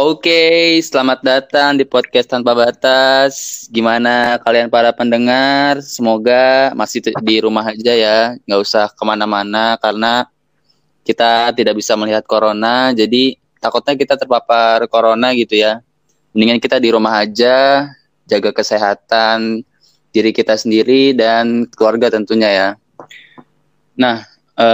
Oke, selamat datang di podcast Tanpa Batas. Gimana kalian para pendengar? Semoga masih di rumah aja ya, nggak usah kemana-mana karena kita tidak bisa melihat corona. Jadi takutnya kita terpapar corona gitu ya. Mendingan kita di rumah aja, jaga kesehatan diri kita sendiri dan keluarga tentunya ya. Nah,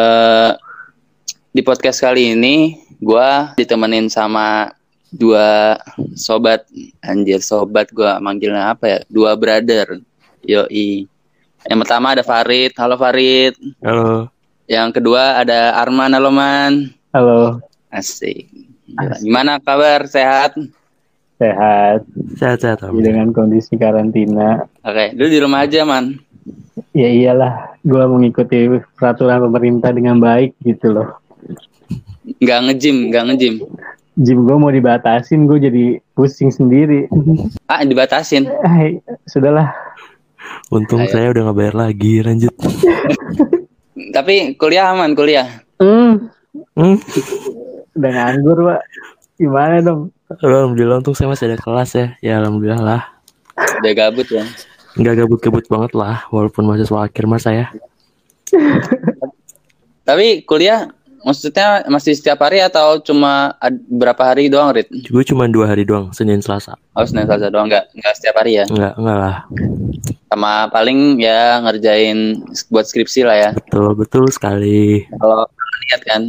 di podcast kali ini gue ditemenin sama dua sobat, anjir sobat gue manggilnya apa ya? Dua brother, yoi. Yang pertama ada Farid, halo Farid. Halo. Yang kedua ada Arman, halo Man. Halo. Asik. Gimana kabar? Sehat? Sehat. Sehat. Dengan kondisi karantina. Oke, lu di rumah aja Man. Ya iyalah, gue mengikuti peraturan pemerintah dengan baik gitu loh. Nggak nge-gym. Gym gue mau dibatasin, gue jadi pusing sendiri. Dibatasin? Sudahlah. Untung saya udah gak bayar lagi, lanjut. Tapi kuliah aman, kuliah? Udah nganggur Pak, gimana dong? Alhamdulillah, untung saya masih ada kelas ya. Ya Alhamdulillah lah. Udah gabut ya? Nggak gabut-gabut banget lah, walaupun mahasiswa akhir mas saya. Tapi kuliah maksudnya masih setiap hari atau cuma berapa hari doang, Rit? Gue cuma 2 hari doang, Senin Selasa. Oh, Senin Selasa doang, nggak setiap hari ya? Nggak lah. Sama paling ya ngerjain buat skripsi lah ya. Betul sekali. Kalau lihat kan.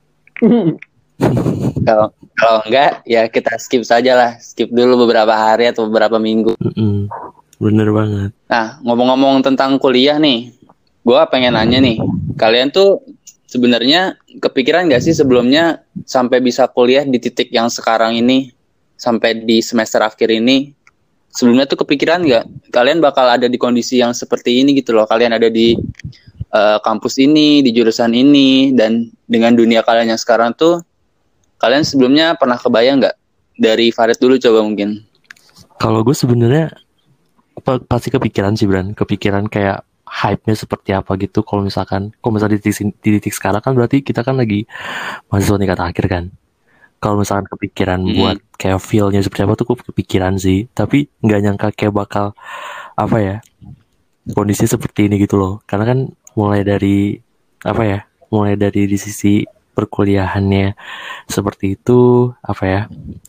Kalau enggak ya kita skip saja lah. Skip dulu beberapa hari atau beberapa minggu. Bener banget. Nah, ngomong-ngomong tentang kuliah nih, gue pengen nanya nih, kalian tuh sebenarnya kepikiran nggak sih sebelumnya sampai bisa kuliah di titik yang sekarang ini, sampai di semester akhir ini? Sebelumnya tuh kepikiran nggak kalian bakal ada di kondisi yang seperti ini gitu loh? Kalian ada di kampus ini, di jurusan ini, dan dengan dunia kalian yang sekarang tuh, kalian sebelumnya pernah kebayang nggak? Dari Farid dulu coba mungkin. Kalau gue sebenarnya pasti kepikiran sih, Bran. Kepikiran kayak hype-nya seperti apa gitu. Kalau misalnya di titik sekarang kan berarti kita kan lagi mahasiswa tingkat akhir kan. Kalau misalkan kepikiran buat kayak feel-nya seperti apa tuh kepikiran sih. Tapi nggak nyangka kayak bakal apa ya, kondisi seperti ini gitu loh. Karena kan mulai dari di sisi perkuliahannya seperti itu apa ya.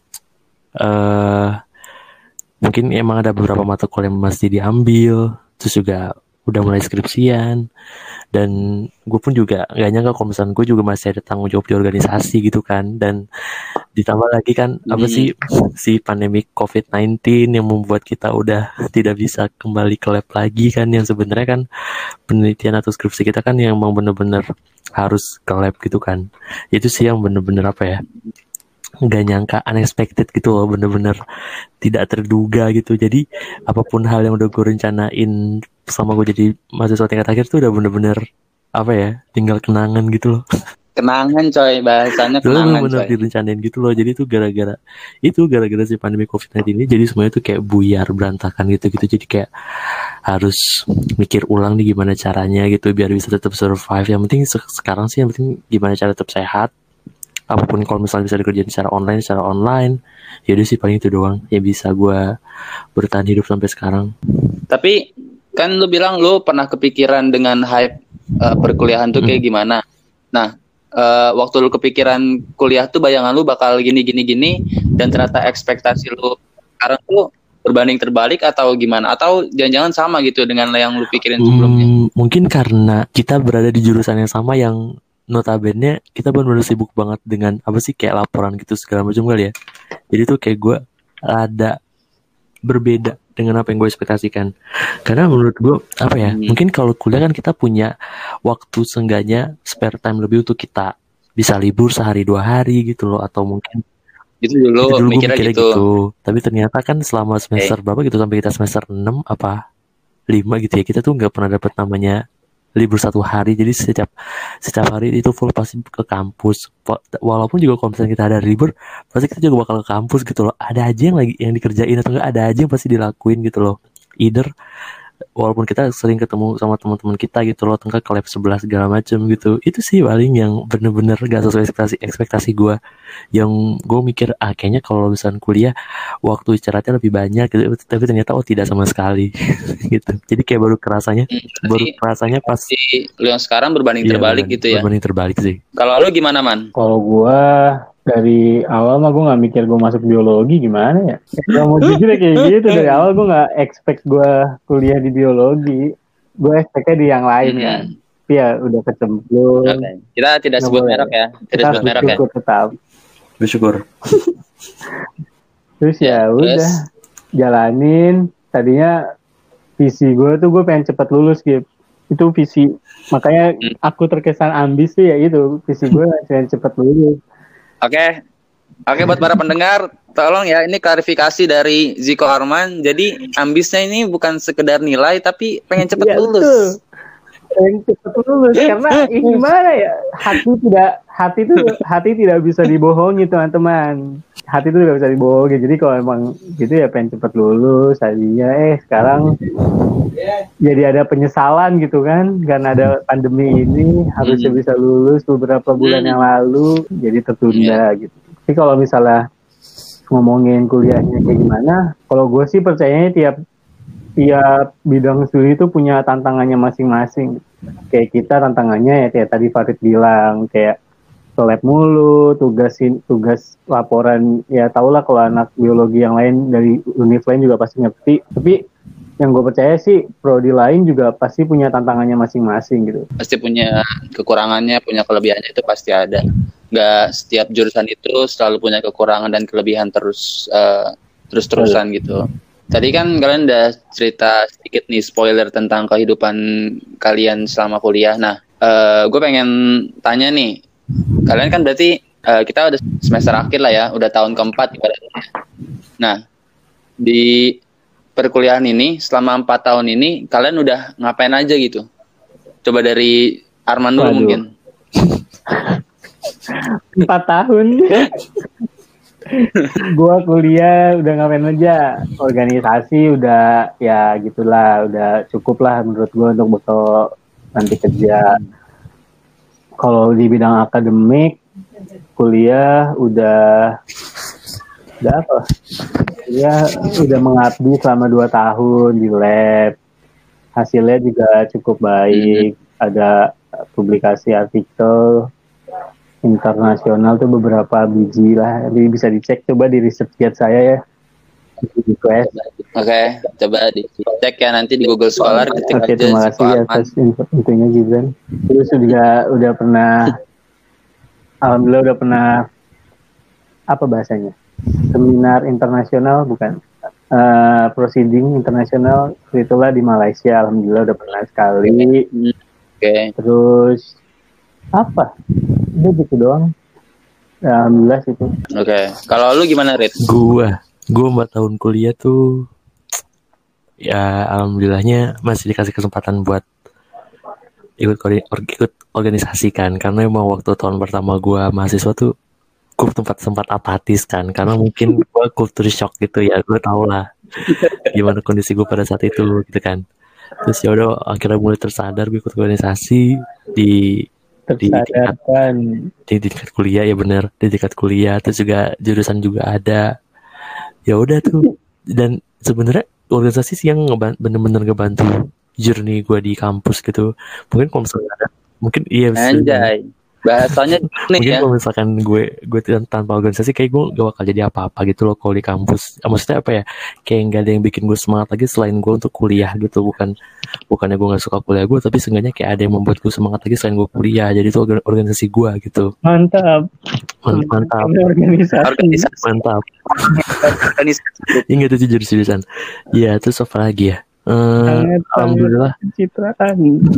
Mungkin emang ada beberapa mata kuliah yang masih diambil, terus juga udah mulai skripsian, dan gue pun juga gak nyangka kalau misalnya gue juga masih ada tanggung jawab di organisasi gitu kan, dan ditambah lagi kan si pandemi COVID-19 yang membuat kita udah tidak bisa kembali ke lab lagi kan, yang sebenarnya kan penelitian atau skripsi kita kan yang emang bener-bener harus ke lab gitu kan. Itu sih yang bener-bener apa ya, gak nyangka, unexpected gitu loh, bener-bener tidak terduga gitu. Jadi apapun hal yang udah gue rencanain sama gue jadi mahasiswa tingkat akhir tuh udah bener-bener apa ya, tinggal kenangan gitu loh. Kenangan coy, bahasanya kenangan bener-bener coy. direncanain gitu loh. Jadi tuh gara-gara si pandemi COVID-19 ini, jadi semuanya tuh kayak buyar, berantakan gitu-gitu. Jadi kayak harus mikir ulang nih gimana caranya gitu biar bisa tetap survive. Yang penting sekarang sih yang penting gimana cara tetap sehat. Apapun kalau misalnya bisa dikerjain secara online, ya udah sih paling itu doang ya bisa gue bertahan hidup sampai sekarang. Tapi kan lu bilang lu pernah kepikiran dengan hype perkuliahan tuh kayak gimana. Nah, waktu lu kepikiran kuliah tuh bayangan lu bakal gini dan ternyata ekspektasi lu sekarang tuh berbanding terbalik atau gimana? Atau jangan-jangan sama gitu dengan yang lu pikirin sebelumnya? Mungkin karena kita berada di jurusan yang sama yang notabene kita benar-benar sibuk banget dengan apa sih, kayak laporan gitu segala macam kali ya. Jadi tuh kayak gue ada berbeda dengan apa yang gue ekspektasikan. Karena menurut gue apa ya, mungkin kalau kuliah kan kita punya waktu seenggaknya spare time lebih untuk kita bisa libur sehari 2 hari gitu loh, atau mungkin itu dulu mikirnya gitu. Tapi ternyata kan selama semester berapa gitu, sampai kita semester 6 apa 5 gitu ya, kita tuh nggak pernah dapat namanya libur 1 hari. Jadi setiap hari itu full pasti ke kampus. Walaupun juga kalau misalnya kita ada libur, pasti kita juga bakal ke kampus gitu loh. Ada aja yang dikerjain atau enggak, ada aja yang pasti dilakuin gitu loh. Either walaupun kita sering ketemu sama teman-teman kita gitu loh, tengah ke lab 11 segala macem gitu, itu sih paling yang bener-bener gak sesuai ekspektasi gue. Yang gue mikir kayaknya kalau misalnya kuliah waktu istirahatnya lebih banyak gitu, tapi ternyata tidak sama sekali gitu. Jadi kayak baru kerasanya pas lu yang sekarang berbanding terbalik gitu ya. Berbanding terbalik sih. Kalau lu gimana, Man? Kalau gue dari awal mah gue nggak mikir gue masuk biologi, gimana ya? Gak mau jujur ya kayak gitu, dari awal gue nggak expect gue kuliah di biologi. Gue expectnya di yang lain kan. Tapi ya udah kecemplung. Okay. Kita tidak sebut merek ya. Tidak sebut merek ya. Tetap. Bersyukur. Terus ya udah jalanin. Tadinya visi gue tuh gue pengen cepet lulus gitu. Itu visi. Makanya aku terkesan ambis tuh ya itu. Visi gue pengen cepet lulus. Oke, buat para pendengar, tolong ya ini klarifikasi dari Ziko Arman. Jadi ambisnya ini bukan sekedar nilai, tapi pengen cepat lulus. Betul. Pengen cepat lulus karena gimana ya? Hati tidak bisa dibohongi, teman-teman. Hati itu tidak bisa dibohongi. Jadi kalau emang gitu ya pengen cepat lulus. Tadinya sekarang jadi ada penyesalan gitu kan, karena ada pandemi ini harusnya bisa lulus beberapa bulan yang lalu, jadi tertunda gitu. Tapi kalau misalnya ngomongin kuliahnya kayak gimana, kalau gue sih percayanya tiap bidang studi itu punya tantangannya masing-masing. Kayak kita tantangannya ya kayak tadi Farid bilang, kayak ke lab mulu, tugas laporan, ya tau lah kalau anak biologi yang lain dari univ lain juga pasti ngerti. Tapi yang gue percaya sih prodi lain juga pasti punya tantangannya masing-masing gitu. Pasti punya kekurangannya, punya kelebihannya, itu pasti ada. Gak setiap jurusan itu selalu punya kekurangan dan kelebihan terus-terusan gitu. Tadi kan kalian udah cerita sedikit nih spoiler tentang kehidupan kalian selama kuliah. Nah, gue pengen tanya nih, kalian kan berarti kita udah semester akhir lah ya, udah tahun keempat ibaratnya. Nah, di perkuliahan ini selama 4 tahun ini kalian udah ngapain aja gitu? Coba dari Arman dulu mungkin. 4 tahun. Gua kuliah udah ngapain aja? Organisasi udah ya gitulah, udah cukup lah menurut gua untuk bekal nanti kerja. Kalau di bidang akademik, kuliah udah apa? Ya udah mengabdi selama 2 tahun di lab. Hasilnya juga cukup baik. Ada publikasi artikel internasional tuh beberapa biji lah. Jadi bisa dicek, coba di research saya ya. Oke, coba dicek ya nanti di Google Scholar. Oke, terima kasih atas infonya Gibran. Terus juga udah pernah, alhamdulillah udah pernah, apa bahasanya? Seminar internasional, bukan proceeding internasional, itulah di Malaysia, alhamdulillah udah pernah sekali. Terus apa? Udah gitu doang. Alhamdulillah situ. Kalau lu gimana, Rit? Gue 4 tahun kuliah tuh ya alhamdulillahnya masih dikasih kesempatan buat ikut organisasi kan, karena emang waktu tahun pertama gue mahasiswa tuh gue sempat apatis kan, karena mungkin gue culture shock gitu ya, gue tau lah gimana kondisi gue pada saat itu gitu kan. Terus ya udah akhirnya mulai tersadar, gue ikut organisasi di tingkat kuliah, ya bener, di tingkat kuliah. Terus juga jurusan juga ada, ya udah tuh. Dan sebenarnya organisasi sih yang bener-bener ngebantu journey gue di kampus gitu. Mungkin kalau misalnya ada, mungkin iya anjay bahasanya nih mungkin ya. kalau misalkan gue tanpa organisasi kayak gue gak bakal jadi apa-apa gitu loh kalau di kampus. Maksudnya apa ya, kayak gak ada yang bikin gue semangat lagi selain gue untuk kuliah gitu. Bukannya gue gak suka kuliah gue, tapi seenggaknya kayak ada yang membuat gue semangat lagi selain gue kuliah. Jadi itu organisasi gue gitu. Mantap. Organisasi. Mantap. Ingat itu jurusan. Ya, terus apa lagi ya? Alhamdulillah. Pencitraan.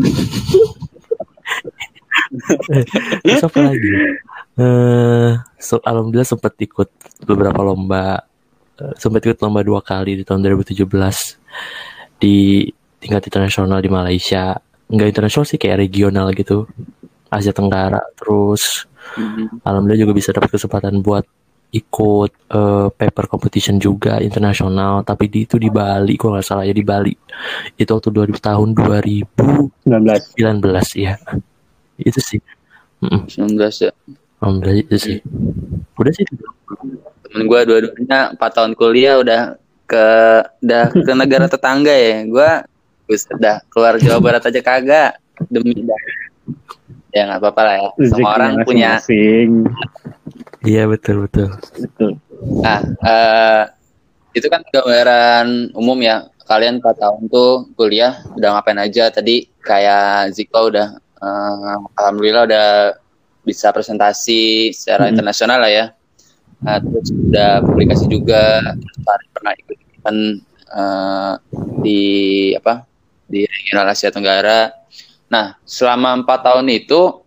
Terus apa lagi? Alhamdulillah sempat ikut beberapa lomba. Sempat ikut lomba 2 kali di tahun 2017 di tingkat internasional di Malaysia. Enggak internasional sih, kayak regional gitu, Asia Tenggara. Terus alhamdulillah juga bisa dapat kesempatan buat ikut paper competition juga internasional, tapi itu di Bali, kalau nggak salah ya, di Bali. Itu waktu tahun 2019 ya. Itu sih. 19 ya. 19 itu sih. Udah sih. Temen gue dua-duanya 4 tahun kuliah udah ke negara tetangga ya. Gue udah keluar Jawa Barat aja kagak demi ya nggak apa-apa lah ya. Semua orang punya. Iya betul. Nah, itu kan gambaran umum ya. Kalian 4 tahun tuh kuliah udah ngapain aja? Tadi kayak Ziko udah alhamdulillah udah bisa presentasi secara internasional lah ya. Terus udah publikasi juga, pernah ikut di regional Asia Tenggara. Nah, selama 4 tahun itu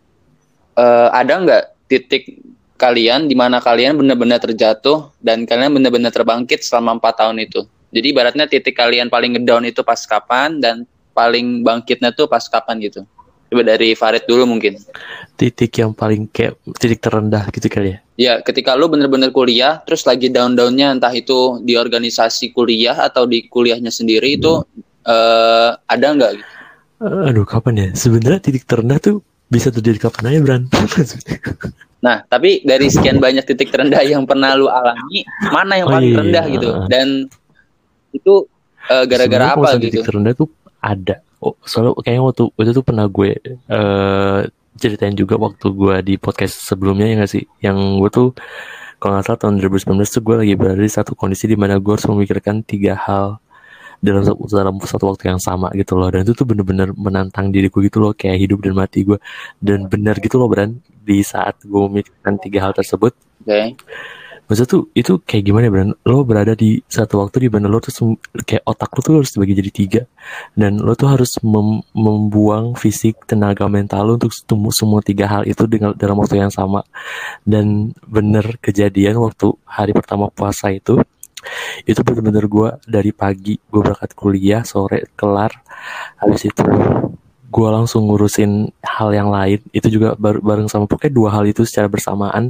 ada nggak titik kalian di mana kalian benar-benar terjatuh dan kalian benar-benar terbangkit selama 4 tahun itu? Jadi ibaratnya titik kalian paling ngedown itu pas kapan dan paling bangkitnya tuh pas kapan gitu? Coba dari Farid dulu mungkin. Titik yang paling kayak titik terendah gitu kali ya? Ya, ketika lu benar-benar kuliah, terus lagi down-downnya entah itu di organisasi kuliah atau di kuliahnya sendiri itu ada nggak? Gitu? Aduh, kapan ya? Sebenarnya titik terendah tuh bisa terjadi kapan aja, Bran. Nah, tapi dari sekian banyak titik terendah yang pernah lu alami, mana yang paling rendah gitu? Dan itu gara-gara apa gitu? Titik terendah tuh ada. Oh, soalnya kayaknya waktu itu tuh pernah gue ceritain juga waktu gue di podcast sebelumnya ya nggak sih? Yang gue tuh kalau nggak salah tahun 2019 tuh gue lagi berada di satu kondisi di mana gue harus memikirkan 3 hal dalam satu waktu yang sama gitu loh. Dan itu tuh bener-bener menantang diriku gitu loh, kayak hidup dan mati gue. Dan bener gitu loh, Bran, di saat gue memikirkan 3 hal tersebut. Okay. Maksudnya tuh itu kayak gimana ya, Bran? Lo berada di satu waktu di mana lo tuh kayak otak lo tuh harus dibagi jadi 3. Dan lo tuh harus membuang fisik, tenaga mental lo untuk semua 3 hal itu dalam waktu yang sama. Dan bener kejadian waktu hari pertama puasa itu bener-bener gue dari pagi gue berangkat kuliah, sore kelar, habis itu gue langsung ngurusin hal yang lain. Itu juga bareng sama, pokoknya 2 hal itu secara bersamaan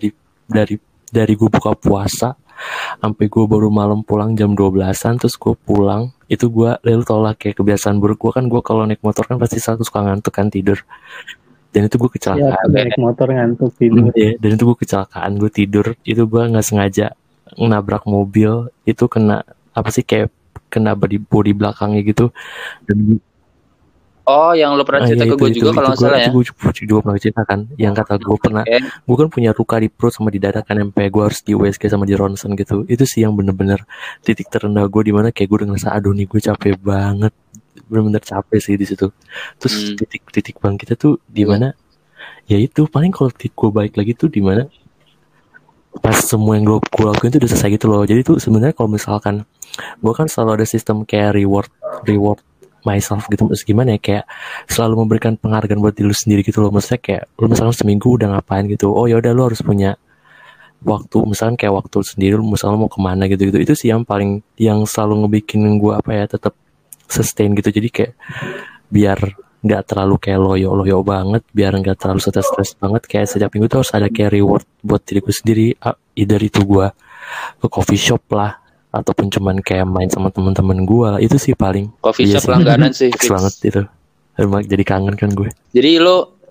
dari gue buka puasa sampai gue baru malam pulang jam 12-an. Terus gue pulang, itu gue lalu tau lah kayak kebiasaan buruk gue kan, gue kalau naik motor kan pasti selalu suka ngantuk kan, tidur. Dan itu gue kecelakaan. Naik motor ngantuk tidur. Dan itu gue kecelakaan, gue tidur. Itu gue nggak sengaja nabrak mobil, itu kena apa sih, kayak kena bodi belakangnya gitu. Dan yang lo pernah cerita ke gue juga kalau nggak salah ya. Gue juga pernah cerita kan, yang kata gue pernah, gue kan punya luka di perut sama di dada kan, sampai gue harus di USG sama di ronsen gitu. Itu sih yang bener-bener titik terendah gue, di mana kayak gue udah ngerasa aduh nih gue capek banget, bener-bener capek sih di situ. Terus titik bangkitnya tuh di mana? Ya itu paling kalau titik gue balik lagi tuh di mana? Pas semua yang gue lakuin itu udah selesai gitu loh. Jadi tuh sebenarnya kalau misalkan gue kan selalu ada sistem kayak reward myself gitu, terus gimana ya, kayak selalu memberikan penghargaan buat diri lu sendiri gitu loh. Maksudnya kayak lu misalkan seminggu udah ngapain gitu, oh ya udah lu harus punya waktu, misalkan kayak waktu sendiri lu misalnya mau kemana gitu. Itu sih yang paling, yang selalu ngebikin gue tetap sustain gitu. Jadi kayak biar nggak terlalu kayak loyo banget, biar nggak terlalu stres banget, kayak setiap minggu tuh harus ada kayak reward buat diriku sendiri. Either itu gue ke coffee shop lah, ataupun cuman kayak main sama teman-teman gue. Itu sih paling coffee shop langganan sih fix banget itu. Jadi kangen kan gue. Jadi lo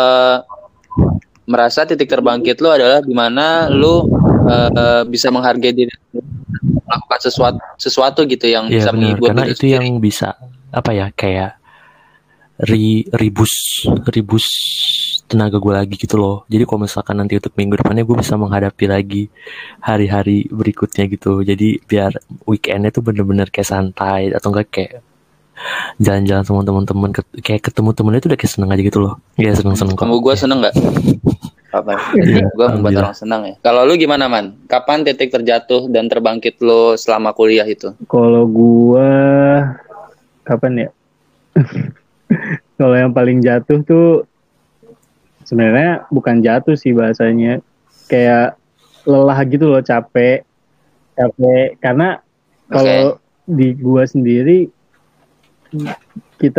merasa titik terbangkit lo adalah di mana lo bisa menghargai diri, melakukan sesuatu gitu yang bisa menghibur. Karena itu sendiri. Yang bisa apa ya, kayak ribus tenaga gue lagi gitu loh. Jadi kalau misalkan nanti untuk minggu depannya gue bisa menghadapi lagi hari-hari berikutnya gitu. Jadi biar weekendnya tuh bener-bener kayak santai, atau enggak kayak jalan-jalan sama teman-teman, kayak ketemu temennya tuh udah kayak seneng aja gitu loh. Ya seneng-seneng kok. Kamu gue seneng nggak? Apa? Gue membuat orang senang ya. Kalau lu gimana, Man? Kapan titik terjatuh dan terbangkit lo selama kuliah itu? Kalau gue kapan ya? Kalau yang paling jatuh tuh sebenarnya bukan jatuh sih bahasanya, kayak lelah gitu loh, capek karena kalau di gua sendiri,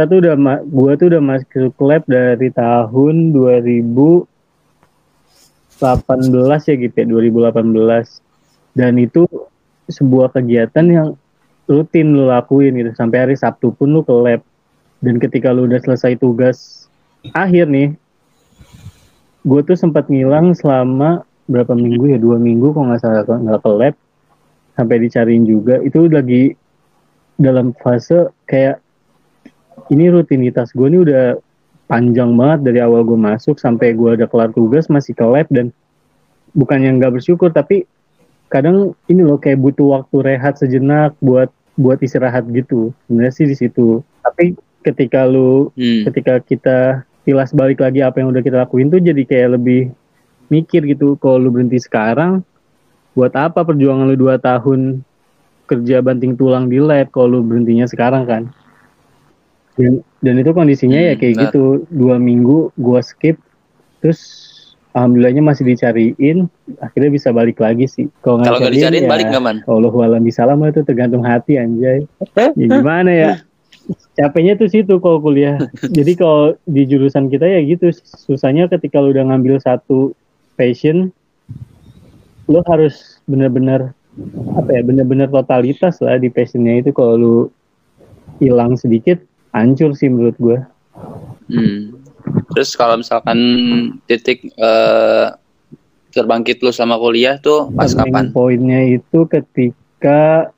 gua tuh udah masuk lab dari tahun 2000 ya gitu ya, 2018. Dan itu sebuah kegiatan yang rutin lu lakuin gitu, sampai hari Sabtu pun lu ke lab. Dan ketika lu udah selesai tugas akhir nih, gue tuh sempat ngilang selama berapa minggu ya, 2 minggu kalau nggak salah, nggak ke lab, sampai dicariin juga. Itu lagi dalam fase kayak ini rutinitas gue nih udah panjang banget dari awal gue masuk sampai gue udah kelar tugas masih ke lab. Dan bukannya nggak bersyukur, tapi kadang ini loh kayak butuh waktu rehat sejenak buat istirahat gitu. Sebenarnya sih di situ. Tapi ketika kita tilas balik lagi apa yang udah kita lakuin tuh jadi kayak lebih mikir gitu. Kalau lu berhenti sekarang, buat apa perjuangan lu 2 tahun kerja banting tulang di lab kalau lu berhentinya sekarang kan. Dan itu kondisinya ya kayak gitu. 2 minggu gua skip, terus alhamdulillahnya masih dicariin, akhirnya bisa balik lagi sih. Kalau nggak dicariin ya, balik nggak man? Kalau walam bisalam itu tergantung hati anjay. Ya gimana ya? Capeknya tuh situ kalau kuliah. Jadi kalau di jurusan kita ya gitu, susahnya ketika lu udah ngambil satu passion, lu harus benar-benar totalitas lah di passionnya itu. Kalau lu hilang sedikit, hancur sih menurut gue. Terus kalau misalkan titik terbangkit lu sama kuliah tuh pas kapan? Poinnya itu ketika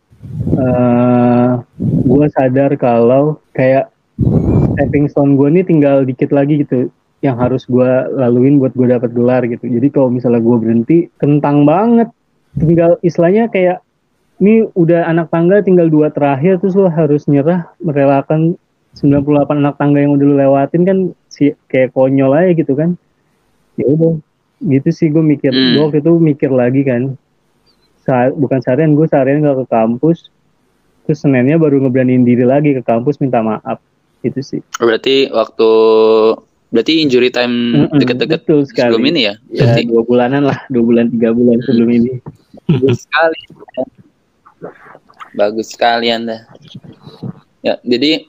gue sadar kalau kayak stepping stone gue nih tinggal dikit lagi gitu yang harus gue laluin buat gue dapat gelar gitu. Jadi kalau misalnya gue berhenti, kentang banget. Tinggal istilahnya kayak ini udah anak tangga tinggal 2 terakhir, terus lo harus nyerah merelakan 98 anak tangga yang udah lu lewatin kan, kayak konyol aja gitu kan. Ya udah gitu sih gue mikir. Gue waktu itu mikir lagi kan, bukan seharian, gue seharian gak ke kampus, terus Seninnya baru ngeberaniin diri lagi ke kampus minta maaf. Itu sih. Berarti injury time deket-deket sebelum ini ya? Ya 2 bulanan lah, 2 bulan 3 bulan sebelum ini. Bagus sekali Anda. Ya, jadi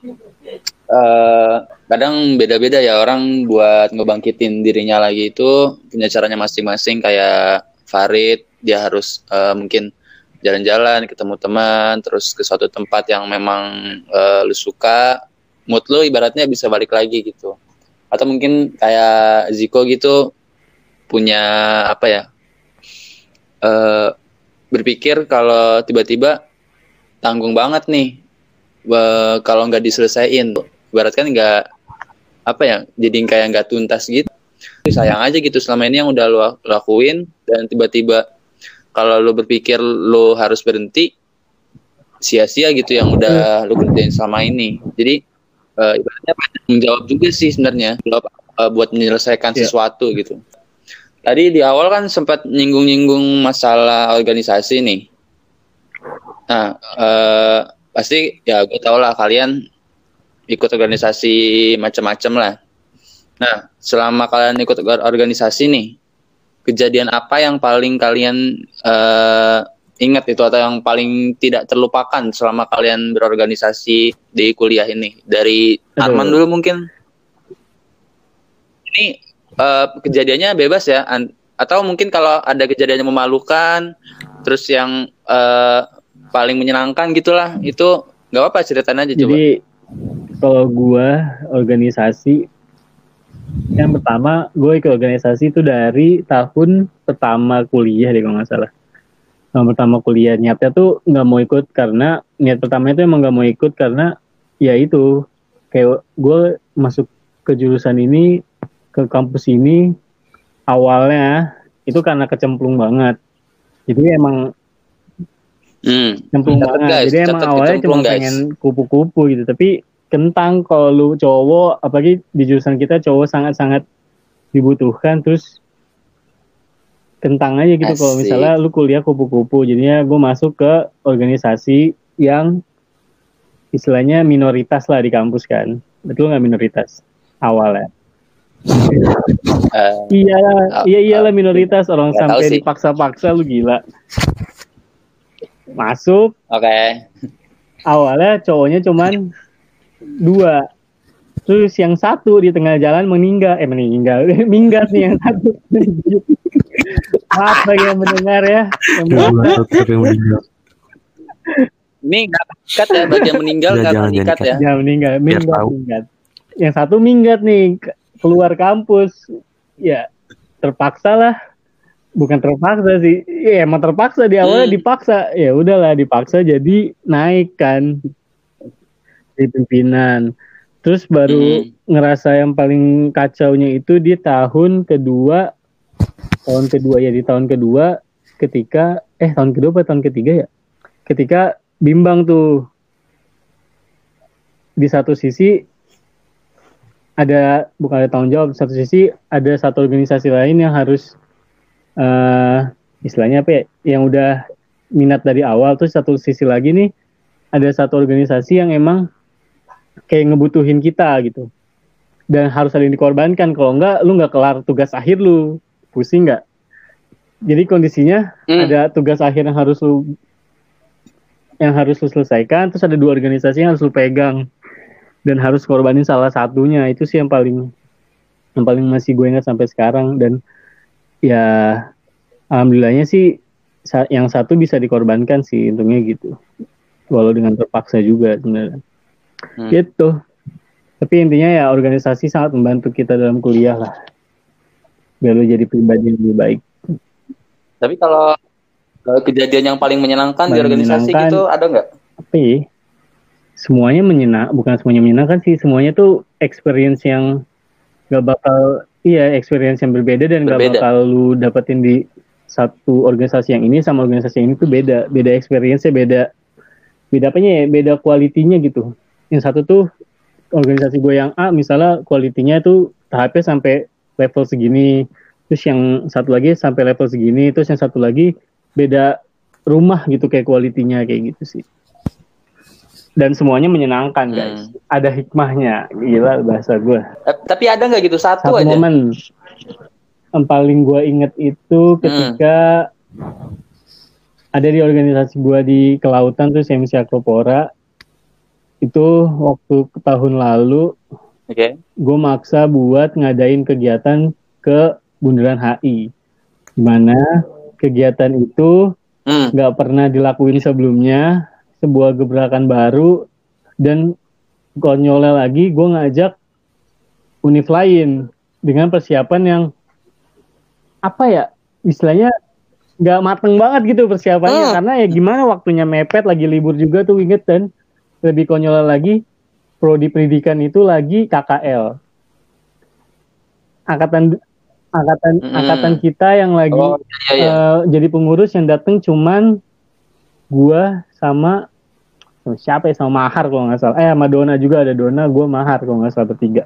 kadang beda-beda ya orang buat ngebangkitin dirinya lagi itu punya caranya masing-masing. Kayak Farid, dia harus mungkin jalan-jalan, ketemu teman, terus ke suatu tempat yang memang lu suka, mood lu ibaratnya bisa balik lagi gitu. Atau mungkin kayak Ziko gitu punya berpikir kalau tiba-tiba tanggung banget nih, kalau nggak diselesain, ibarat kan nggak jadi kayak nggak tuntas gitu. Sayang aja gitu selama ini yang udah lo lakuin, dan tiba-tiba kalau lo berpikir lo harus berhenti, sia-sia gitu yang udah lo kerjain selama ini. Jadi ibaratnya menjawab juga sih sebenarnya buat menyelesaikan sesuatu gitu. Tadi di awal kan sempat nyinggung-nyinggung masalah organisasi nih. Nah, pasti ya gue tau lah kalian ikut organisasi macam-macam lah. Nah, selama kalian ikut organisasi nih, kejadian apa yang paling kalian ingat itu, atau yang paling tidak terlupakan selama kalian berorganisasi di kuliah ini? Dari Arman dulu mungkin. Ini kejadiannya bebas ya, atau mungkin kalau ada kejadian yang memalukan, terus yang paling menyenangkan gitulah, itu nggak apa-apa, ceritain aja. Jadi, coba. Jadi kalau gue organisasi, yang pertama gue ikut organisasi itu dari tahun pertama kuliah deh kalau nggak salah. Tahun pertama kuliah niatnya tuh nggak mau ikut, karena niat pertama itu emang nggak mau ikut karena ya itu kayak gue masuk ke jurusan ini, ke kampus ini awalnya itu karena kecemplung banget. Jadi emang cemplung banget. Guys, jadi emang awalnya cuma pengen kupu-kupu gitu. Tapi kentang kalau lu cowok, apalagi di jurusan kita cowok sangat-sangat dibutuhkan. Terus kentang aja gitu kalau misalnya lu kuliah kupu-kupu. Jadinya gue masuk ke organisasi yang istilahnya minoritas lah di kampus kan. Betul nggak minoritas awalnya? Iyalah minoritas, orang sampai dipaksa-paksa, lu gila. Masuk. Oke. Awalnya cowoknya cuman 2. Terus yang satu di tengah jalan minggat nih yang satu. Maaf bagi yang mendengar ya. Ini nggak diikat ya, bagi yang meninggal nggak diikat ya. Jangan minggat. Yang satu minggat nih keluar kampus, ya terpaksa lah. Bukan terpaksa sih, ya emang terpaksa di awalnya dipaksa, ya udahlah dipaksa jadi naik kan di pimpinan. Terus baru ngerasa yang paling kacaunya itu di tahun kedua ketika tahun kedua atau tahun ketiga ya, ketika bimbang tuh di satu sisi bukan ada tanggung jawab, di satu sisi ada satu organisasi lain yang harus istilahnya apa ya, yang udah minat dari awal. Terus satu sisi lagi nih ada satu organisasi yang emang kayak ngebutuhin kita gitu, dan harus saling dikorbankan, kalau enggak lu nggak kelar tugas akhir lu, pusing nggak? Jadi kondisinya ada tugas akhir yang harus lu selesaikan, terus ada dua organisasi yang harus lu pegang dan harus korbanin salah satunya. Itu sih yang paling masih gue ingat sampai sekarang. Dan ya alhamdulillahnya sih yang satu bisa dikorbankan sih untungnya gitu, walau dengan terpaksa juga sebenarnya. Gitu. Tapi intinya ya organisasi sangat membantu kita dalam kuliah lah, biar lu jadi pribadi yang lebih baik. Tapi kalau kejadian yang paling menyenangkan di organisasi gitu ada nggak? Tapi semuanya bukan semuanya menyenangkan sih, semuanya tuh experience yang gak bakal experience yang berbeda dan gak bakal lu dapetin di satu organisasi yang ini sama organisasi yang ini tuh beda experience-nya, beda apanya ya, beda kualitinya gitu. Yang satu tuh organisasi gue yang A misalnya kualitinya tuh tahapnya sampai level segini, terus yang satu lagi sampai level segini, terus yang satu lagi beda rumah gitu kayak kualitinya kayak gitu sih. Dan semuanya menyenangkan guys. Ada hikmahnya. Gila bahasa gue. Tapi ada nggak gitu satu aja? Momen yang paling gue inget itu ketika ada di organisasi gue di kelautan tuh CMC Akropora. Itu waktu tahun lalu gue maksa buat ngadain kegiatan ke Bundaran HI. Dimana kegiatan itu gak pernah dilakuin sebelumnya, sebuah gebrakan baru, dan konyolnya lagi gue ngajak univ lain dengan persiapan yang apa ya, istilahnya gak mateng banget gitu persiapannya, karena ya gimana waktunya mepet, lagi libur juga tuh inget. Dan lebih konyolnya lagi, prodi pendidikan itu lagi KKL, angkatan kita yang lagi jadi pengurus, yang datang cuman gua sama siapa ya, sama Mahar kalau nggak salah, sama Dona juga, ada Dona, gua Mahar kalau nggak salah, bertiga.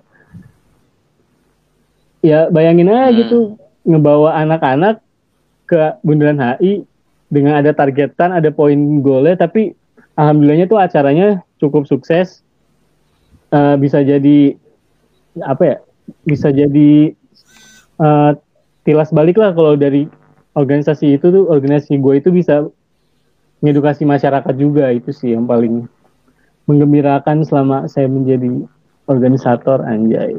Ya bayangin aja gitu, ngebawa anak-anak ke Bundaran HI dengan ada targetan, ada poin golnya, tapi alhamdulillahnya tuh acaranya cukup sukses. Bisa jadi apa ya, bisa jadi tilas balik lah kalau dari organisasi itu tuh, organisasi gue itu bisa mengedukasi masyarakat juga. Itu sih yang paling menggembirakan selama saya menjadi organisator, anjay.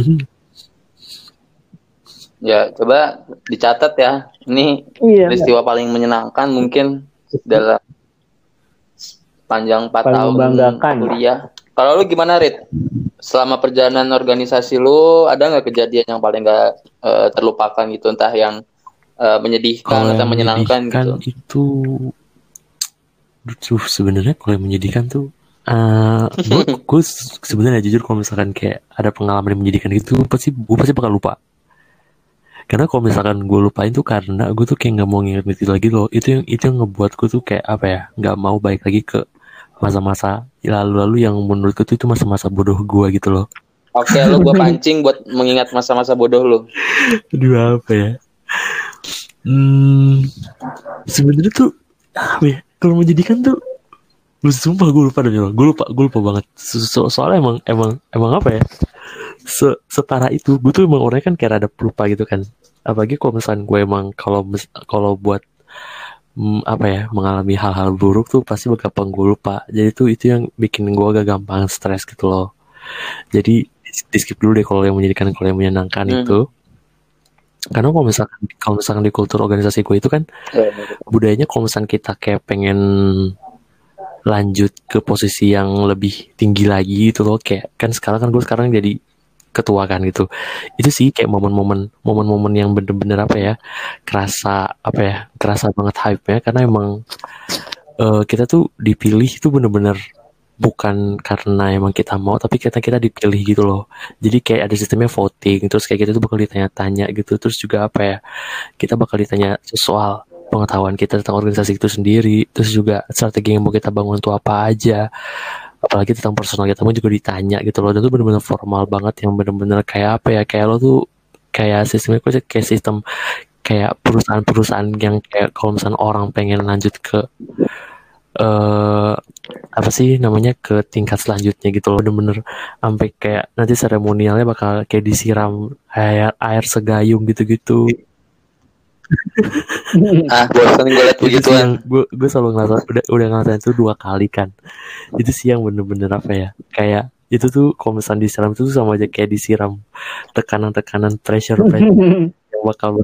Ya coba dicatat ya, ini peristiwa paling menyenangkan mungkin dalam panjang 4 tahun kuliah. Kalau lu gimana, Rit? Selama perjalanan organisasi lu, ada nggak kejadian yang paling nggak terlupakan gitu, entah yang menyedihkan atau menyenangkan gitu? Itu sebenarnya kalau yang menyedihkan tuh, gue sebenarnya jujur kalau misalkan kayak ada pengalaman yang menyedihkan itu, gue pasti bakal lupa. Karena kalau misalkan gue lupain tuh karena gue tuh kayak nggak mau nginget itu lagi loh. Itu yang ngebuat gue tuh kayak apa ya, nggak mau balik lagi ke masa-masa lalu-lalu yang menurut gue tuh itu masa-masa bodoh gue gitu loh. Oke, lu gue pancing buat mengingat masa-masa bodoh lu. Aduh, apa ya? Sebenarnya tuh apa ya? Kalau menjadikan tuh, lu sumpah gue lupa deh, gue lupa banget. Soalnya emang apa ya? Separah itu, gue tuh emang orangnya kan kayak rada pelupa gitu kan. Apalagi kalau misalkan gue emang kalau buat apa ya, mengalami hal-hal buruk tuh pasti gampang gue lupa. Jadi tuh itu yang bikin gue agak gampang stres gitu loh. Jadi di di skip dulu deh kalau yang menyenangkan itu. Karena kalau misalkan di kultur organisasi gue itu kan budayanya kalau misalkan kita kayak pengen lanjut ke posisi yang lebih tinggi lagi gitu loh, kayak kan gue sekarang jadi ketua kan gitu. Itu sih kayak momen-momen yang bener-bener kerasa banget hype-nya, karena emang kita tuh dipilih itu bener-bener bukan karena emang kita mau, tapi kita dipilih gitu loh. Jadi kayak ada sistemnya voting, terus kayak kita tuh bakal ditanya-tanya gitu. Terus juga kita bakal ditanya soal pengetahuan kita tentang organisasi itu sendiri. Terus juga strategi yang mau kita bangun tuh apa aja. Apalagi tentang personal kita juga ditanya gitu loh. Dan itu benar-benar formal banget, yang benar-benar kayak kayak lo tuh kayak sistemnya kayak sistem kayak perusahaan-perusahaan yang kayak kalau misalnya orang pengen lanjut ke ke tingkat selanjutnya gitu loh, bener-bener sampai kayak nanti seremonialnya bakal kayak disiram air segayung gitu-gitu. Bosan gue liat begituan. Gue selalu udah ngerasain itu 2 kali kan. Itu sih yang bener-bener kayak itu tuh kalau misalnya disiram itu tuh sama aja kayak disiram tekanan pressure yang bakal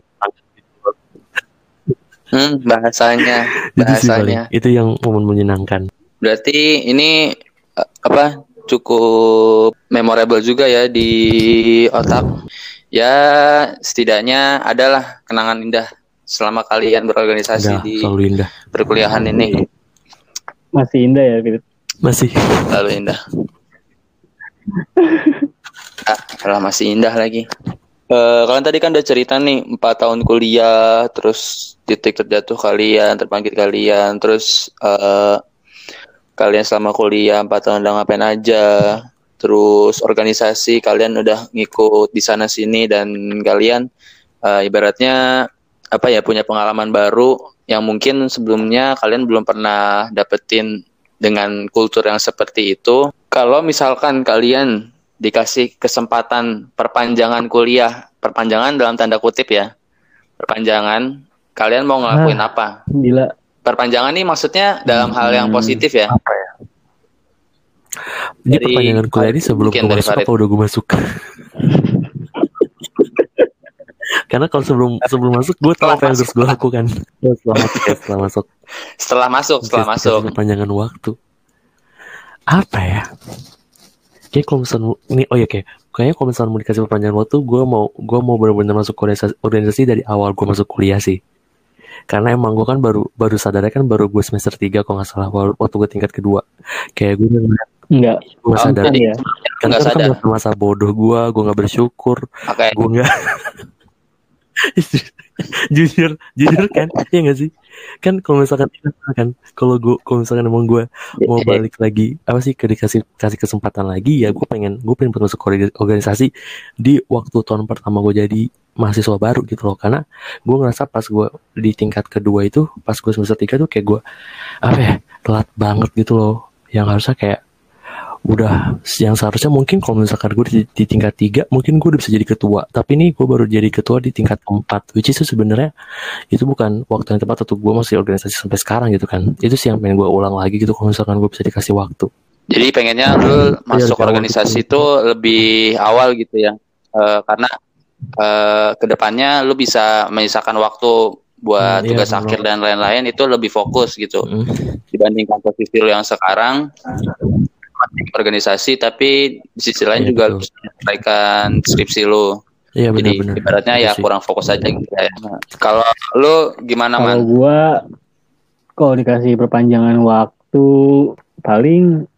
bahasanya itu yang momen menyenangkan. Berarti ini cukup memorable juga ya di otak. Ya setidaknya adalah kenangan indah selama kalian berorganisasi di perkuliahan ini. Masih indah ya, Philip? Masih. Selalu indah. Kalau masih indah lagi. Kalian tadi kan udah cerita nih 4 tahun kuliah, terus titik terjatuh kalian, terbangkit kalian, terus kalian selama kuliah 4 tahun udah ngapain aja, terus organisasi kalian udah ngikut di sana sini, dan kalian ibaratnya punya pengalaman baru yang mungkin sebelumnya kalian belum pernah dapetin dengan kultur yang seperti itu. Kalau misalkan kalian dikasih kesempatan perpanjangan kuliah, perpanjangan dalam tanda kutip ya, perpanjangan, kalian mau ngelakuin apa? Gila. Perpanjangan nih maksudnya dalam hal yang positif ya? Apa ya? Ini perpanjangan kuliah ini sebelum gue masuk apa udah gue masuk? Karena kalau sebelum masuk gue tahu apa yang harus gue lakukan. Setelah masuk. Perpanjangan waktu. Apa ya? Kayak kalau misalnya ini kayaknya kalau misalnya mau dikasih perpanjangan waktu, gue mau benar-benar masuk organisasi dari awal gue masuk kuliah sih. Karena emang gue kan baru sadarnya kan baru gue semester 3 kalau nggak salah, waktu gue tingkat kedua. Kayak gue nggak sadar ya. Karena kan masa bodoh gue nggak bersyukur, gue nggak jujur kan, ya nggak sih? Kan kalau misalkan kalau misalkan emang gue mau balik lagi kasih kesempatan lagi, ya gue pengen masuk organisasi di waktu tahun pertama gue jadi mahasiswa baru gitu loh. Karena gue ngerasa pas gue di tingkat kedua itu, pas gue semester 3 tuh kayak gue telat banget gitu loh, yang harusnya kayak udah, yang seharusnya mungkin kalau misalkan gue di tingkat 3 mungkin gue udah bisa jadi ketua, tapi nih gue baru jadi ketua di tingkat 4, which is sebenarnya itu bukan waktu yang tepat untuk gue masih organisasi sampai sekarang gitu kan. Itu sih yang pengen gue ulang lagi gitu kalau misalkan gue bisa dikasih waktu. Jadi pengennya lu masuk organisasi itu lebih awal gitu ya, karena kedepannya lu bisa menyisakan waktu buat tugas akhir dan lain-lain, itu lebih fokus gitu dibandingkan posisi lu yang sekarang organisasi, tapi di sisi lain juga harus menyelesaikan skripsi lu. Iya, jadi benar. Ibaratnya ya kurang fokus aja gitu ya. Kalau lu gimana, Man? Kalau gua dikasih perpanjangan waktu paling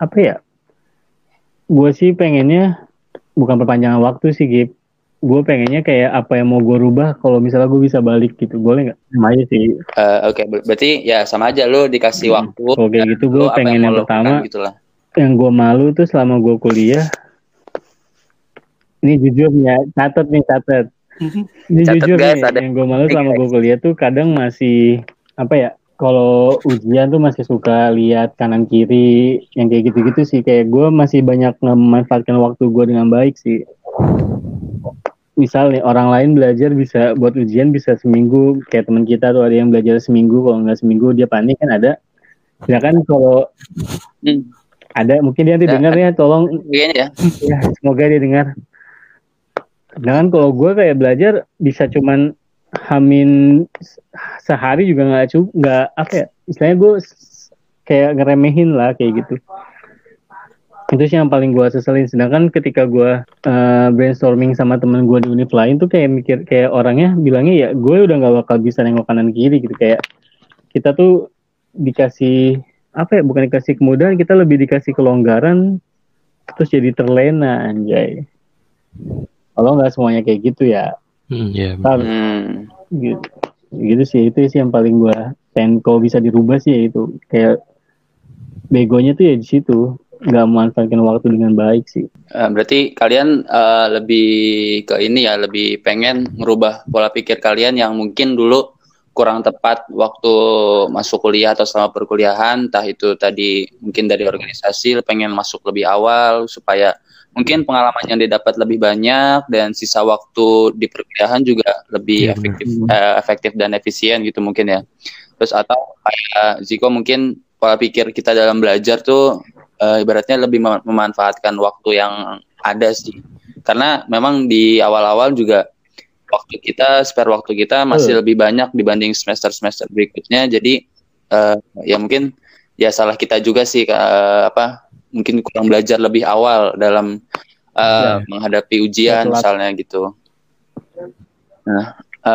gua sih pengennya bukan perpanjangan waktu sih, Gip. Gue pengennya kayak apa yang mau gue rubah kalau misalnya gue bisa balik gitu, boleh nggak? Sama aja sih. Oke, berarti ya sama aja, lu dikasih waktu. Oke, gitu gue pengen yang pertama gitulah. Yang gue malu tuh selama gue kuliah, ini jujur ya, catat. Ini jujur guys, nih, yang gue malu selama gue kuliah tuh kadang masih kalau ujian tuh masih suka lihat kanan kiri, yang kayak gitu-gitu sih. Kayak gue masih banyak memanfaatkan waktu gue dengan baik sih. Misal nih, orang lain belajar bisa buat ujian bisa seminggu, kayak teman kita tuh ada yang belajar seminggu, kalau nggak seminggu dia panik kan ada. Ya kan kalau ada mungkin dia nanti dengar ya, tolong Kayaknya ya. ya semoga dia dengar. Sedangkan kalau gue kayak belajar bisa cuman hamin sehari juga nggak apa ya, istilahnya gue kayak ngeremehin lah kayak gitu. Itu sih yang paling gue seselin. Sedangkan ketika gue brainstorming sama temen gue di univ lain tuh kayak mikir, kayak orangnya bilangnya ya gue udah nggak bakal bisa nengok kanan kiri gitu. Kayak kita tuh dikasih apa ya, bukan dikasih kemudahan, kita lebih dikasih kelonggaran, terus jadi terlena anjay. Kalau nggak semuanya kayak gitu ya. Iya. Gitu. Gitu sih, itu sih yang paling gue pengen kalau bisa dirubah sih ya itu. Kayak begonya tuh ya di situ, nggak memanfaatkan waktu dengan baik sih. Berarti kalian lebih ke ini ya, lebih pengen merubah pola pikir kalian yang mungkin dulu kurang tepat waktu masuk kuliah atau selama perkuliahan, entah itu tadi mungkin dari organisasi, pengen masuk lebih awal supaya mungkin pengalaman yang didapat lebih banyak dan sisa waktu di perkuliahan juga lebih efektif dan efisien gitu mungkin ya. Terus atau kayak Ziko mungkin pola pikir kita dalam belajar tuh ibaratnya lebih memanfaatkan waktu yang ada sih. Karena memang di awal-awal juga spare waktu kita masih lebih banyak dibanding semester-semester berikutnya. Jadi ya mungkin ya salah kita juga sih mungkin kurang belajar lebih awal dalam menghadapi ujian misalnya gitu. Nah,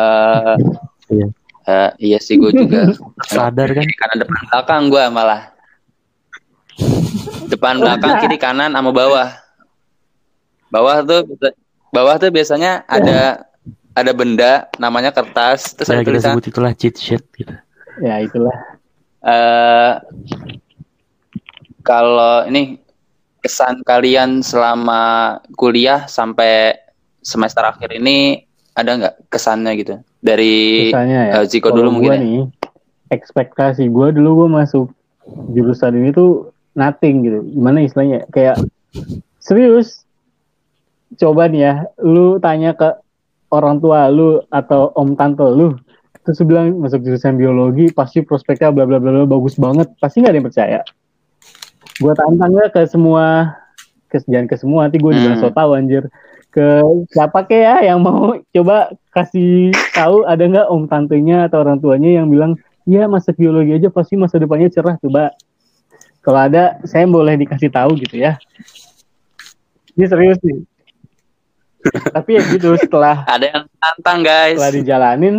iya sih gue juga sadar kan, kanan depan belakang gue malah depan belakang kiri kanan sama bawah tuh biasanya ada benda namanya kertas, terus ada tulisan. Sebut itulah cheat sheet gitu. Ya itulah. Kalau ini kesan kalian selama kuliah sampai semester akhir ini ada nggak kesannya gitu dari Ziko dulu mungkin? Gue nih, ekspektasi gue dulu gue masuk jurusan ini tuh nothing gitu. Gimana istilahnya? Kayak serius. Coba nih ya, lu tanya ke orang tua lu atau om tante lu, terus bilang masuk jurusan biologi pasti prospeknya bla bla bla bagus banget, pasti nggak ada yang percaya. Gue tantangnya ke semua, jangan ke semua, nanti gue juga so tau anjir. Ke siapa ke ya yang mau coba kasih tahu, ada nggak om tantenya atau orang tuanya yang bilang iya masuk biologi aja pasti masa depannya cerah, coba. Kalau ada, saya boleh dikasih tahu gitu ya. Ini serius nih. Tapi ya gitu, setelah ada yang tantang guys, setelah dijalanin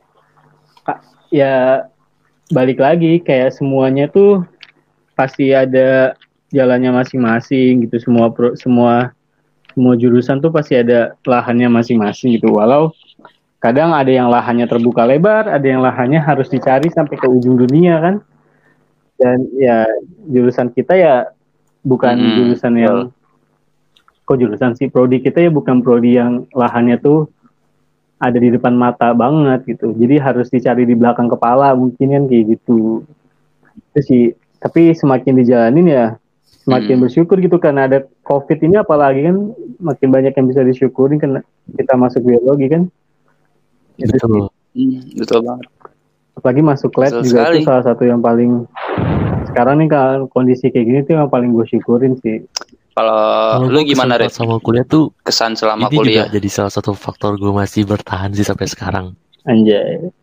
ya balik lagi, kayak semuanya tuh pasti ada jalannya masing-masing gitu. Semua jurusan tuh pasti ada lahannya masing-masing gitu. Walau kadang ada yang lahannya terbuka lebar, ada yang lahannya harus dicari sampai ke ujung dunia kan. Dan ya jurusan kita ya bukan jurusan yang jurusan sih, prodi kita ya bukan prodi yang lahannya tuh ada di depan mata banget gitu. Jadi harus dicari di belakang kepala mungkin kan kayak gitu. Itu sih. Tapi semakin dijalanin ya semakin bersyukur gitu, karena ada COVID ini apalagi kan makin banyak yang bisa disyukurin karena kita masuk biologi kan. Betul. Betul banget. Apalagi masuk lab juga sekali. Itu salah satu yang paling sekarang nih kalau kondisi kayak gini tuh yang paling gue syukurin sih. Kalau lu gimana Red? Sama kuliah tuh kesan selama ini kuliah juga jadi salah satu faktor gue masih bertahan sih sampai sekarang. Anjay.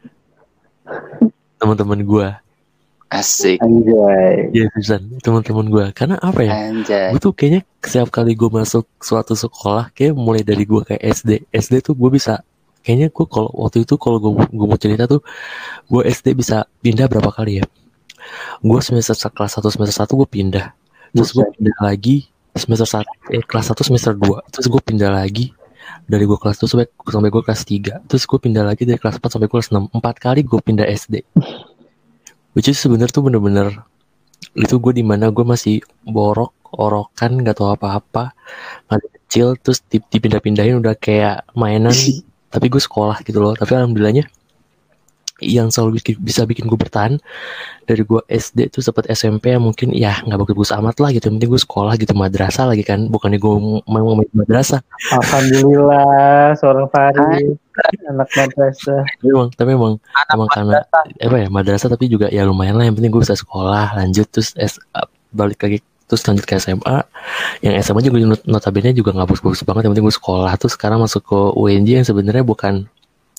Teman-teman gue. Asik. Anjay. Iya Susan, teman-teman gue. Karena apa ya? Anjay. Gue tuh kayaknya setiap kali gue masuk suatu sekolah, kayak mulai dari gue kayak SD tuh gue bisa. Kayaknya gue kalau waktu itu kalau gue mau cerita tuh, gue SD bisa pindah berapa kali ya? Gue kelas 1 semester 1 gue pindah. Terus gue pindah lagi semester 1 kelas 1 semester 2. Terus gue pindah lagi dari gue kelas 2 sampai gue kelas 3. Terus gue pindah lagi dari kelas 4 sampai kelas 6. 4 kali gue pindah SD. Which is sebenarnya tuh bener-bener itu gue dimana gue masih orokan gak tahu apa-apa, masih kecil, terus dipindah-pindahin udah kayak mainan. Tapi gue sekolah gitu loh. Tapi alhamdulillahnya yang selalu bisa bikin gue bertahan dari gue SD tuh sempat SMP mungkin ya nggak bagus amat lah gitu, penting gue sekolah gitu, madrasah lagi kan, bukannya gue mau main madrasah. Alhamdulillah seorang Farid anak madrasah. Tapi emang karena apa ya madrasah, tapi juga ya lumayan lah, yang penting gue bisa sekolah lanjut, terus balik lagi Terus lanjut ke SMA, yang SMA juga notabene juga nggak bagus-bagus banget, yang penting gue sekolah. Terus sekarang masuk ke UNJ yang sebenarnya bukan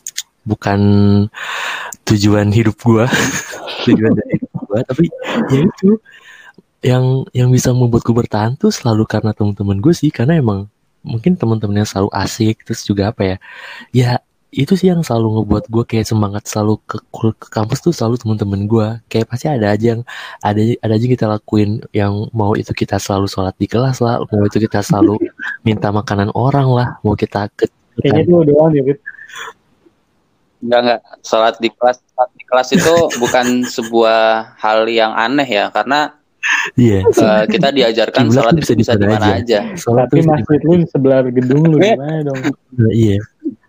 tujuan hidup gue, tujuan dari hidup gue, tapi ya itu yang bisa membuat gue bertahan tuh selalu karena teman-teman gue sih, karena emang mungkin teman-teman yang selalu asik, terus juga apa ya itu sih yang selalu ngebuat gue kayak semangat selalu ke kampus tuh, selalu teman-teman gue kayak pasti ada aja yang kita lakuin, yang mau itu kita selalu sholat di kelas lah, mau itu kita selalu minta makanan orang lah, mau kita kayaknya itu doang ya, Enggak. Sholat di kelas itu bukan sebuah hal yang aneh ya, karena kita diajarkan sholat itu bisa di mana aja. Tapi masjid lu sebelah gedung lu gimana dong? Iya.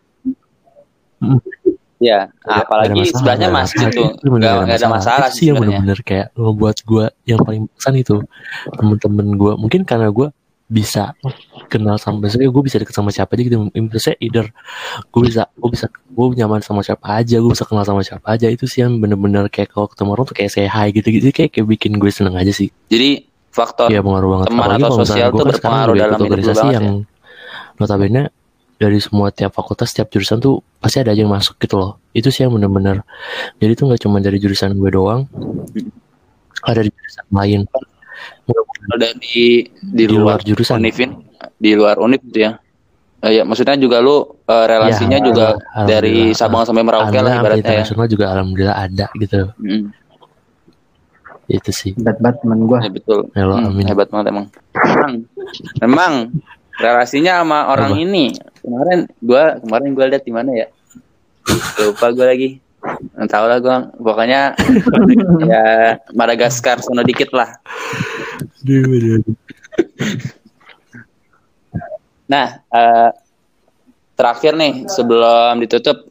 Ya, apalagi sebelahnya masjid tuh nggak ada masalah sih. Yang benar-benar kayak ngebuat gue yang paling pesan itu temen-temen gue, mungkin karena gue bisa kenal sampai sekarang, gue bisa deket sama siapa aja gitu. Misalnya either gue nyaman sama siapa aja, gue bisa kenal sama siapa aja. Itu sih yang benar-benar kayak kalau ketemu orang tuh kayak say hi gitu kayak bikin gue seneng aja sih. Jadi faktor pengaruh banget. teman atau sosial tuh berpengaruh dalam organisasi yang notabene dari semua tiap fakultas, tiap jurusan tuh pasti ada aja yang masuk gitu loh. Itu sih yang benar-benar. Jadi tuh nggak cuma dari jurusan gue doang, ada di jurusan lain. Ada di luar jurusan, Univin, di luar Univ gitu ya. Ya maksudnya juga lu relasinya juga dari Sabang sampai Merauke lah ibaratnya. Internasional juga alhamdulillah ada gitu. Itu sih. Hebat banget teman gue. Ya betul. Amin. Hebat banget emang. Relasinya sama orang ini kemarin gue lihat di mana ya, lupa gue lagi, nggak tahu lah gue, pokoknya ya Madagaskar sono dikit lah. Nah terakhir nih sebelum ditutup,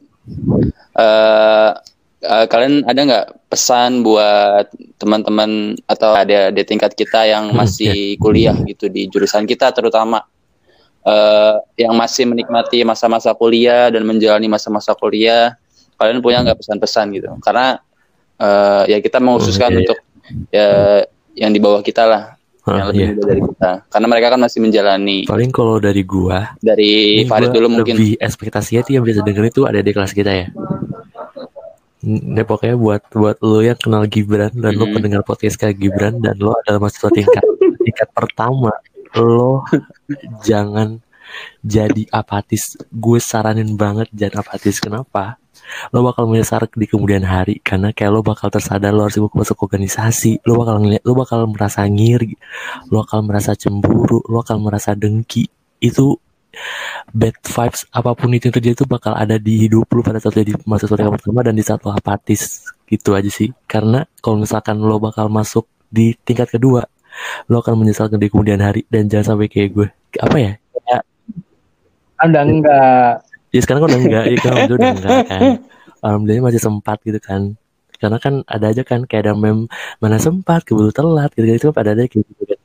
kalian ada nggak pesan buat teman-teman atau ada di tingkat kita yang masih kuliah gitu di jurusan kita terutama? Yang masih menikmati masa-masa kuliah dan menjalani masa-masa kuliah, kalian punya nggak pesan-pesan gitu? Karena ya kita mengkhususkan untuk ya yang di bawah kita lah, yang lebih muda dari kita, karena mereka kan masih menjalani. Paling kalau dari gua, dari Farid dulu mungkin. Lebih ekspektasinya tuh yang bisa dengerin itu ada di kelas kita ya. Nah, pokoknya buat lo yang kenal Gibran dan lo pendengar podcast kayak Gibran dan lo adalah mahasiswa tingkat pertama, lo jangan jadi apatis. Gue saranin banget jangan apatis. Kenapa? Lo bakal menyesal di kemudian hari, karena kayak lo bakal tersadar lo harus masuk organisasi. Lo bakal merasa ngiri, lo bakal merasa cemburu, lo bakal merasa dengki. Itu bad vibes apapun itu yang terjadi itu bakal ada di hidup lo pada saat jadi mahasiswa tingkat pertama dan di saat lo apatis. Gitu aja sih. Karena kalau misalkan lo bakal masuk di tingkat kedua, lo akan menyesalkan di kemudian hari. Dan jangan sampai kayak gue, apa ya, udah enggak ya sekarang kan udah enggak, ya kan udah enggak kan, alhamdulillah masih sempat gitu kan, karena kan ada aja kan kayak ada meme mana sempat keburu telat gitu kan, pada ada kayak gitu kan.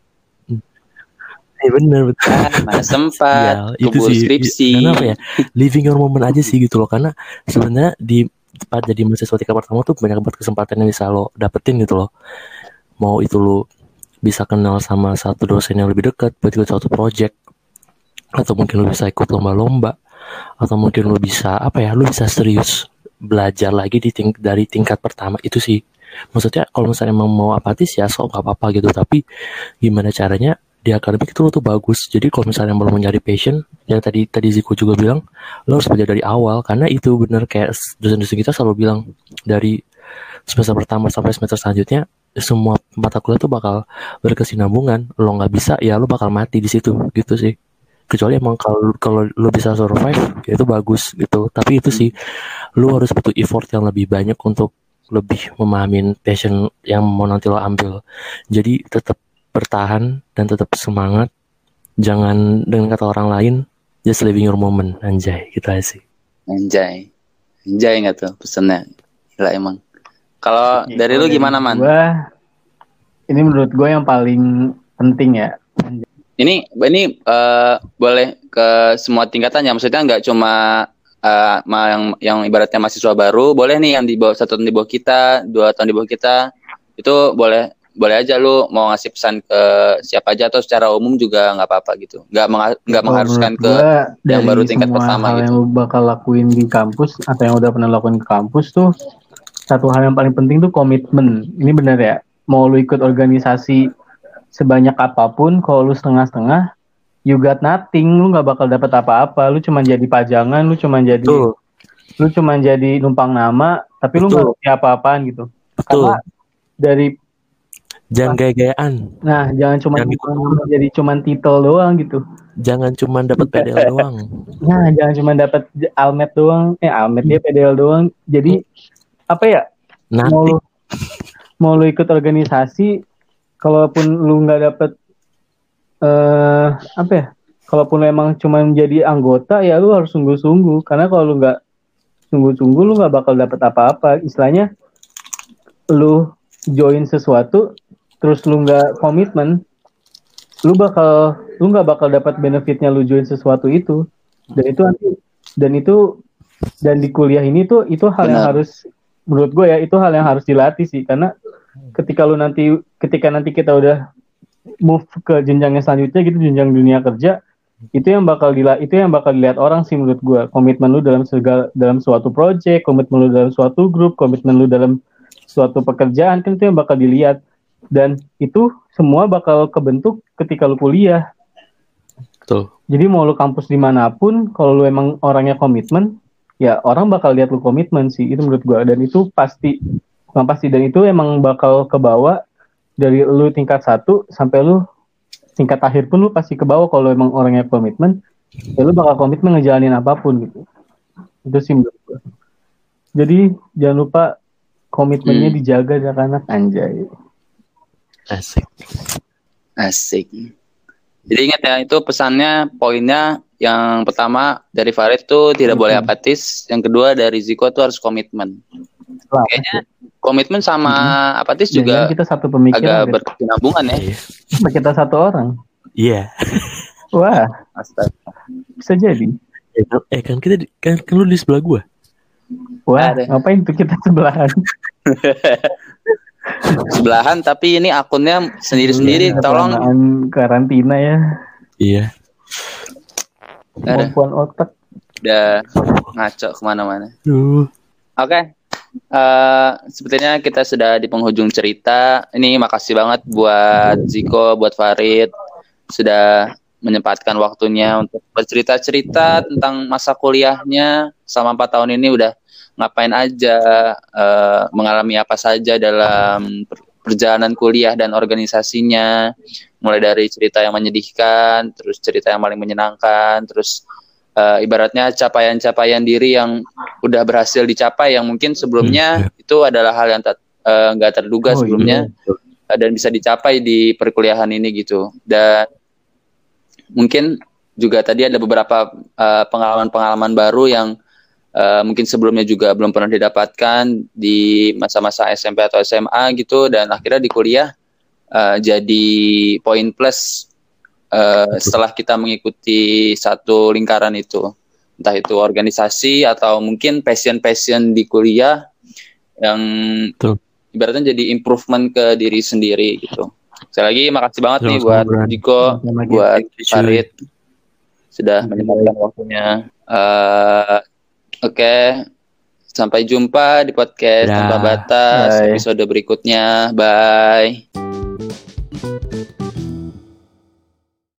Bener mana sempat ya, keburu skripsi. Karena apa ya, living your moment aja sih gitu loh, karena sebenarnya di tempat jadi mahasiswa tingkat pertama tuh banyak banget kesempatan yang bisa lo dapetin gitu loh. Mau itu lo bisa kenal sama satu dosen yang lebih dekat buat ikut suatu project, atau mungkin lo bisa ikut lomba-lomba, atau mungkin lo bisa lo bisa serius belajar lagi dari tingkat pertama. Itu sih maksudnya, kalau misalnya emang mau apatis ya nggak apa-apa gitu, tapi gimana caranya di akademik itu lo tuh bagus. Jadi kalau misalnya mau mencari passion, yang tadi Ziko juga bilang, lo harus belajar dari awal, karena itu bener kayak dosen-dosen kita selalu bilang, dari semester pertama sampai semester selanjutnya semua mata kuliah tuh bakal berkesinambungan. Lo nggak bisa ya lo bakal mati di situ gitu sih. Kecuali emang kalau lo bisa survive ya itu bagus gitu. Tapi itu sih lo harus butuh effort yang lebih banyak untuk lebih memahamin passion yang mau nanti lo ambil. Jadi tetap bertahan dan tetap semangat. Jangan dengan kata orang lain, just living your moment. Anjay, gitu aja sih. Anjay nggak tuh pesannya? Gila emang. Kalau dari lu gimana, Man? Ini menurut gue yang paling penting ya. Ini boleh ke semua tingkatan ya, maksudnya nggak cuma yang ibaratnya mahasiswa baru, boleh nih yang di bawah 1 tahun di bawah kita, 2 tahun di bawah kita, itu boleh boleh aja lu mau ngasih pesan ke siapa aja atau secara umum juga nggak apa-apa gitu. Nggak mengharuskan ke yang baru tingkat pertama hal gitu. yang lu bakal lakuin di kampus atau yang udah pernah lakuin ke kampus tuh, satu hal yang paling penting tuh komitmen. Ini benar ya. Mau lu ikut organisasi sebanyak apapun, kalau lu setengah-setengah, you got nothing. Lu nggak bakal dapat apa-apa. Lu cuma jadi pajangan, lu cuma jadi numpang nama, tapi lu nggak ngerti apa-apaan gitu. Karena dari jangan gaya-gayaan. Nah, jangan cuma jadi cuma titel doang gitu. Jangan cuma dapat PDL doang. Nah, jangan cuma dapat almet doang. Almet dia PDL doang. Jadi apa ya? Mau lu ikut organisasi, kalaupun lu nggak dapat apa ya? Kalaupun lu emang cuma jadi anggota, ya lu harus sungguh-sungguh. Karena kalau lu nggak sungguh-sungguh, lu nggak bakal dapat apa-apa. Istilahnya, lu join sesuatu terus lu nggak komitmen, lu nggak bakal dapat benefitnya lu join sesuatu itu. Dan di kuliah ini tuh itu hal yang harus, menurut gue ya, itu hal yang harus dilatih sih. Karena ketika nanti kita udah move ke jenjangnya selanjutnya gitu, jenjang dunia kerja, itu yang bakal dilihat orang sih menurut gue. Komitmen lu dalam suatu project, komitmen lu dalam suatu grup, komitmen lu dalam suatu pekerjaan, kan itu yang bakal dilihat. Dan itu semua bakal kebentuk ketika lu kuliah. Betul. Jadi mau lu kampus dimanapun, kalau lu emang orangnya komitmen, ya orang bakal lihat lu komitmen sih, itu menurut gua. Dan itu bukan pasti, dan itu emang bakal kebawa dari lu tingkat 1 sampai lu tingkat akhir pun lu pasti kebawa. Kalau emang orangnya komitmen, ya lu bakal komitmen ngejalanin apapun gitu. Itu sih menurut gua. Jadi jangan lupa komitmennya dijaga anak-anak, anjay. Asik. Jadi ingat ya, itu pesannya, poinnya yang pertama dari Farid tuh tidak boleh apatis, yang kedua dari Ziko tuh harus komitmen. Kayaknya komitmen sama apatis juga kita satu pemikiran, agak berkesinambungan ya. Kita satu orang. Iya. Wah, astaga. Bisa jadi. Kan lu di sebelah gua. Wah, ngapain tuh kita sebelahan? Sebelahan tapi ini akunnya sendiri-sendiri, tolong karantina ya. Iya. Kemampuan otak udah ngaco kemana-mana. Oke. Sepertinya kita sudah di penghujung cerita. Ini makasih banget buat Ziko, buat Farid sudah menyempatkan waktunya untuk bercerita-cerita tentang masa kuliahnya selama 4 tahun ini, udah ngapain aja, mengalami apa saja dalam perjalanan kuliah dan organisasinya, mulai dari cerita yang menyedihkan, terus cerita yang paling menyenangkan, terus ibaratnya capaian-capaian diri yang udah berhasil dicapai yang mungkin sebelumnya itu adalah hal yang nggak terduga sebelumnya, dan bisa dicapai di perkuliahan ini gitu. Dan mungkin juga tadi ada beberapa pengalaman-pengalaman baru yang mungkin sebelumnya juga belum pernah didapatkan di masa-masa SMP atau SMA gitu, dan akhirnya di kuliah jadi poin plus setelah kita mengikuti satu lingkaran itu, entah itu organisasi atau mungkin passion di kuliah yang ibaratnya jadi improvement ke diri sendiri gitu. Sekali lagi makasih banget nih buat Diko, buat Farid sudah menyempatkan waktunya. Oke, sampai jumpa di podcast Tanpa Batas episode berikutnya. Bye.